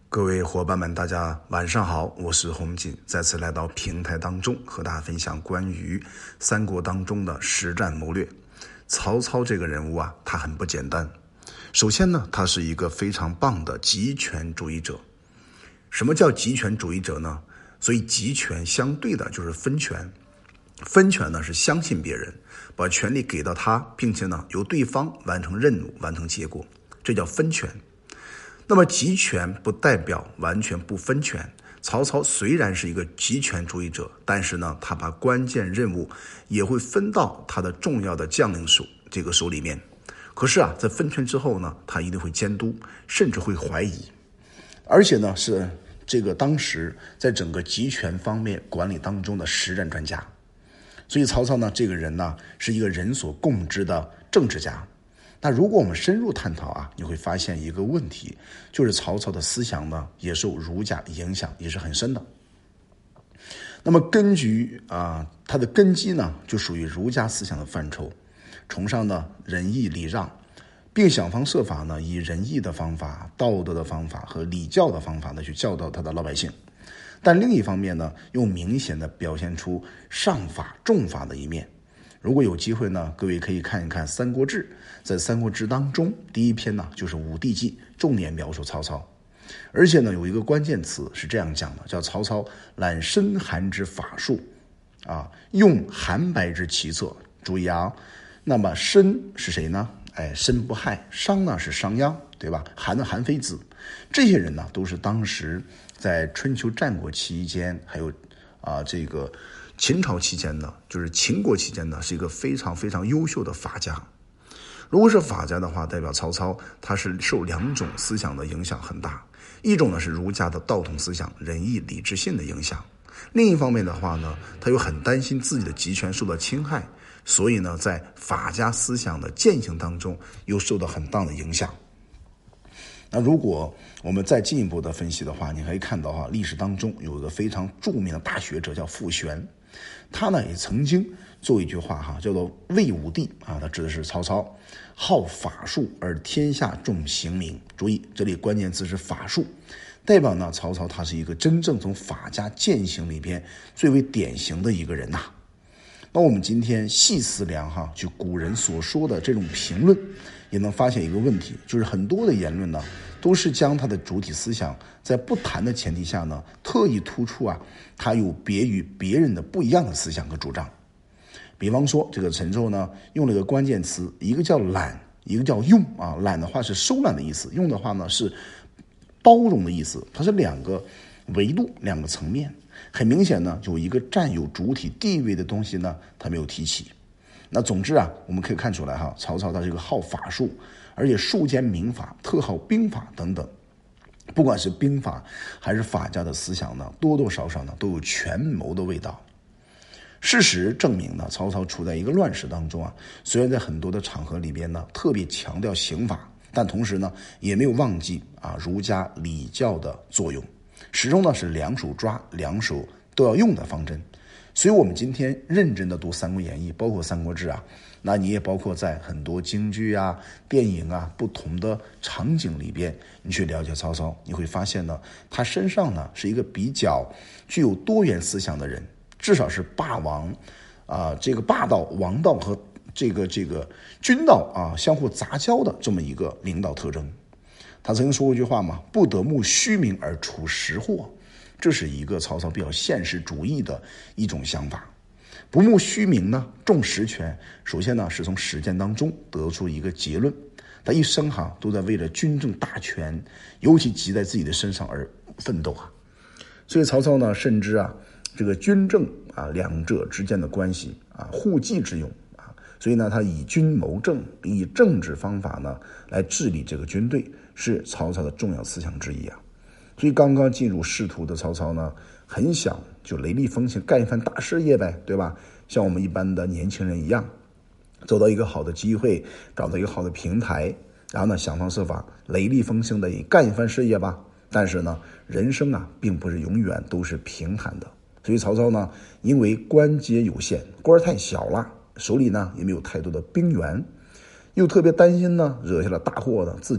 各位伙伴们，大家晚上好，我是洪锦，再次来到平台当中，和大家分享关于三国当中的实战谋略。曹操这个人物啊，他很不简单。首先呢，他是一个非常棒的极权主义者。什么叫极权主义者呢？所以极权相对的就是分权。分权呢是相信别人，把权力给到他，并且呢由对方完成任务、完成结果，这叫分权。那么集权不代表完全不分权。曹操虽然是一个集权主义者，但是呢，他把关键任务也会分到他的重要的将领手里面。可是啊，在分权之后呢，他一定会监督，甚至会怀疑，而且呢，是这个当时在整个集权方面管理当中的实战专家。所以曹操呢，这个人呢，是一个人所共知的政治家。那如果我们深入探讨啊，你会发现一个问题，就是曹操的思想呢，也受儒家影响，也是很深的。那么根据他的根基呢，就属于儒家思想的范畴，崇尚呢仁义礼让，并想方设法呢以仁义的方法、道德的方法和礼教的方法呢去教导他的老百姓。但另一方面呢，又明显的表现出上法重法的一面。如果有机会呢，各位可以看一看《三国志》。在《三国志》当中，第一篇呢就是武帝纪，重点描述曹操。而且呢，有一个关键词是这样讲的，叫曹操揽深寒之法术，用韩白之奇策。注意啊，那么申是谁呢？申不害，商呢是商鞅，对吧？韩的韩非子，这些人呢都是当时在春秋战国期间，还有这个秦朝期间呢，就是秦国期间呢，是一个非常非常优秀的法家。如果是法家的话，代表曹操他是受两种思想的影响很大，一种呢是儒家的道统思想、仁义礼智信的影响，另一方面的话呢，他又很担心自己的集权受到侵害，所以呢，在法家思想的践行当中又受到很大的影响。那如果我们再进一步的分析的话，你可以看到历史当中有一个非常著名的大学者叫傅玄，他呢也曾经做一句话叫做魏武帝他指的是曹操，好法术而天下重刑名。注意，这里关键词是法术，代表呢曹操他是一个真正从法家践行里边最为典型的一个人呐。那我们今天细思量就古人所说的这种评论，也能发现一个问题，就是很多的言论呢，都是将他的主体思想在不谈的前提下呢，特意突出他有别于别人的不一样的思想和主张。比方说，这个陈寿呢，用了一个关键词，一个叫懒，一个叫用懒的话是收揽的意思，用的话呢是包容的意思，它是两个维度、两个层面。很明显呢，有一个占有主体地位的东西呢，他没有提起。那总之我们可以看出来曹操他是一个好法术，而且术兼民法，特好兵法等等。不管是兵法还是法家的思想呢，多多少少呢都有权谋的味道。事实证明呢，曹操处在一个乱世当中虽然在很多的场合里边呢特别强调刑法，但同时呢也没有忘记儒家礼教的作用，始终呢是两手抓，两手都要用的方针。所以我们今天认真的读《三国演义》，包括《三国志》那你也包括在很多京剧电影不同的场景里边，你去了解曹操，你会发现呢，他身上呢是一个比较具有多元思想的人，至少是霸王这个霸道、王道和这个军道相互杂交的这么一个领导特征。他曾经说过一句话嘛，不得慕虚名而处实祸。这是一个曹操比较现实主义的一种想法。不慕虚名呢，重实权。首先呢，是从实践当中得出一个结论，他一生都在为了军政大权，尤其集在自己的身上而奋斗所以曹操呢，深知这个军政两者之间的关系互济之用所以呢，他以军谋政，以政治方法呢来治理这个军队，是曹操的重要思想之一所以刚刚进入仕途的曹操呢，很想就雷厉风行，干一番大事业呗，对吧？像我们一般的年轻人一样，走到一个好的机会，找到一个好的平台，然后呢，想方设法雷厉风行的干一番事业吧。但是呢，人生并不是永远都是平坦的。所以曹操呢，因为官阶有限，官太小了，手里呢也没有太多的兵源，又特别担心呢惹下了大祸的自己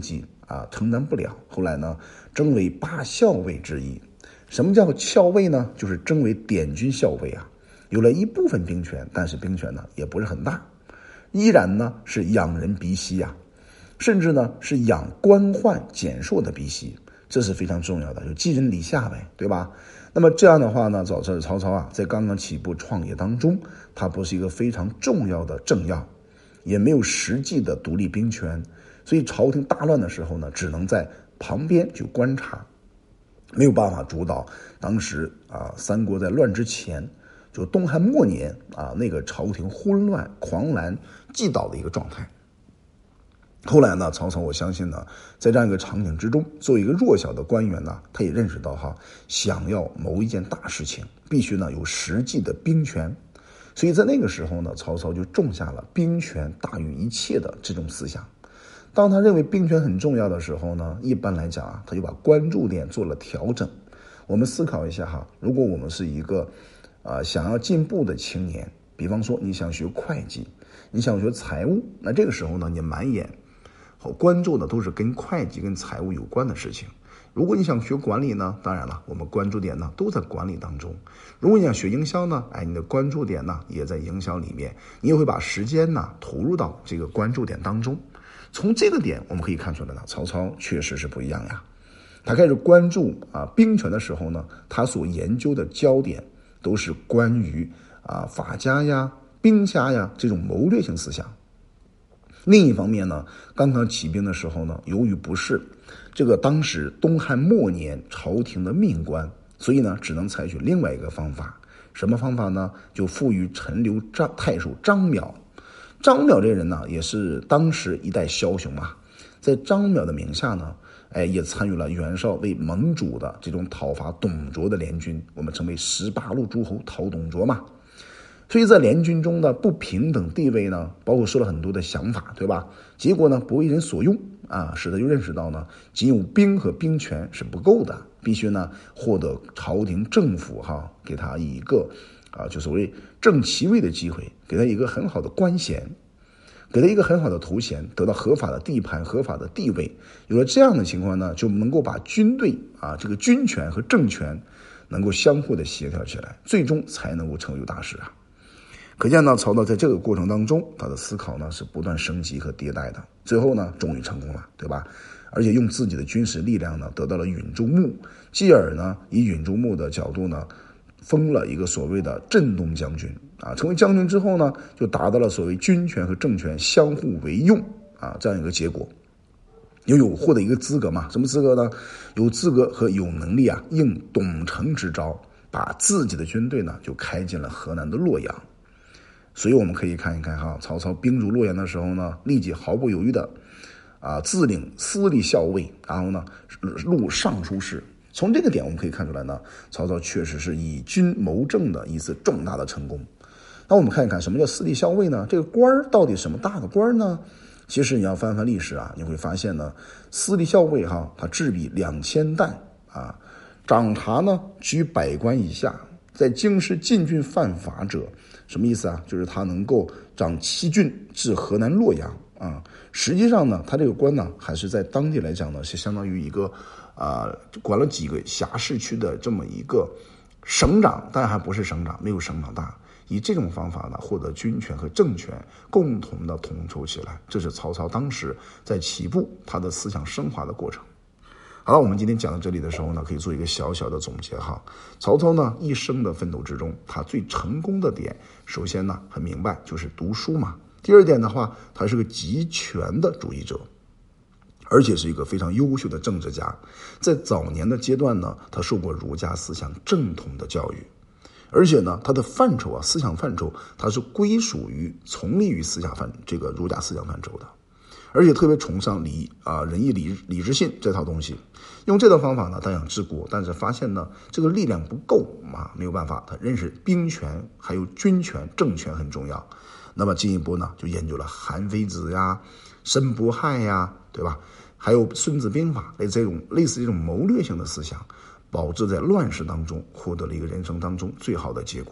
承担不了，后来呢征为8校尉之一。什么叫校尉呢？就是征为典军校尉啊，有了一部分兵权，但是兵权呢也不是很大，依然呢是养人鼻息呀，甚至呢是养官宦简硕的鼻息，这是非常重要的，就寄人篱下呗，对吧？那么这样的话呢，曹操在刚刚起步创业当中，他不是一个非常重要的政要，也没有实际的独立兵权，所以朝廷大乱的时候呢，只能在旁边去观察，没有办法主导当时三国在乱之前，就东汉末年那个朝廷混乱狂澜既倒的一个状态。后来呢，曹操我相信呢，在这样一个场景之中，作为一个弱小的官员呢，他也认识到想要谋一件大事情，必须呢有实际的兵权。所以在那个时候呢，曹操就种下了兵权大于一切的这种思想。当他认为兵权很重要的时候呢，一般来讲他就把关注点做了调整。我们思考一下如果我们是一个想要进步的青年，比方说你想学会计，你想学财务，那这个时候呢，你满眼关注的都是跟会计跟财务有关的事情。如果你想学管理呢，当然了，我们关注点呢都在管理当中。如果你想学营销呢，你的关注点呢也在营销里面，你也会把时间呢投入到这个关注点当中。从这个点我们可以看出来呢，曹操确实是不一样呀。他开始关注兵权的时候呢，他所研究的焦点都是关于法家呀、兵家呀这种谋略性思想。另一方面呢，刚刚起兵的时候呢，由于不是这个当时东汉末年朝廷的命官，所以呢只能采取另外一个方法。什么方法呢？就赋予陈留太守张邈。张邈这个人呢，也是当时一代枭雄在张邈的名下呢，也参与了袁绍为盟主的这种讨伐董卓的联军，我们称为18路诸侯讨董卓嘛。所以在联军中的不平等地位呢，包括说了很多的想法，对吧？结果呢不为人所用使得就认识到呢，仅有兵和兵权是不够的，必须呢获得朝廷政府给他一个就所谓正其位的机会，给他一个很好的官衔，给他一个很好的头衔，得到合法的地盘、合法的地位。有了这样的情况呢，就能够把军队这个军权和政权能够相互的协调起来，最终才能够成就大事可见呢，曹操在这个过程当中，他的思考呢是不断升级和迭代的，最后呢终于成功了，对吧？而且用自己的军事力量呢得到了允州牧，继而呢以允州牧的角度呢封了一个所谓的镇东将军成为将军之后呢，就达到了所谓军权和政权相互为用这样一个结果。有获得一个资格嘛？什么资格呢？有资格和有能力应董承之招，把自己的军队呢就开进了河南的洛阳。所以我们可以看一看曹操兵入洛阳的时候呢，立即毫不犹豫的自领司隶校尉，然后呢录尚书事。从这个点我们可以看出来呢，曹操确实是以军谋政的一次重大的成功。那我们看一看什么叫司隶校尉呢？这个官到底什么大的官呢？其实你要翻翻历史你会发现呢，司隶校尉他制比2000担掌察呢居100官以下，在京师禁郡犯法者，什么意思就是他能够掌7郡至河南洛阳实际上呢，他这个官呢还是在当地来讲呢，是相当于一个管了几个辖市区的这么一个省长，但还不是省长，没有省长大。以这种方法呢，获得军权和政权共同的统筹起来，这是曹操当时在起步他的思想升华的过程。好了，我们今天讲到这里的时候呢，可以做一个小小的总结曹操呢一生的奋斗之中，他最成功的点，首先呢很明白就是读书嘛。第二点的话，他是个集权的主义者，而且是一个非常优秀的政治家。在早年的阶段呢，他受过儒家思想正统的教育，而且呢，他的范畴思想范畴，他是归属于从立于这个儒家思想范畴的，而且特别崇尚仁义礼智信这套东西。用这套方法呢，他想治国，但是发现呢，这个力量不够没有办法，他认识兵权还有军权、政权很重要。那么进一步呢，就研究了韩非子申伯亥对吧？还有孙子兵法类似这种谋略性的思想，导致在乱世当中获得了一个人生当中最好的结果。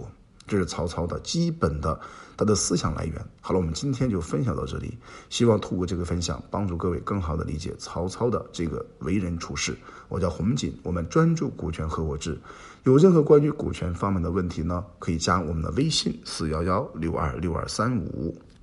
这是曹操的基本的他的思想来源。好了，我们今天就分享到这里，希望透过这个分享帮助各位更好的理解曹操的这个为人处事。我叫洪锦，我们专注股权合伙制。有任何关于股权方面的问题呢，可以加我们的微信411626235。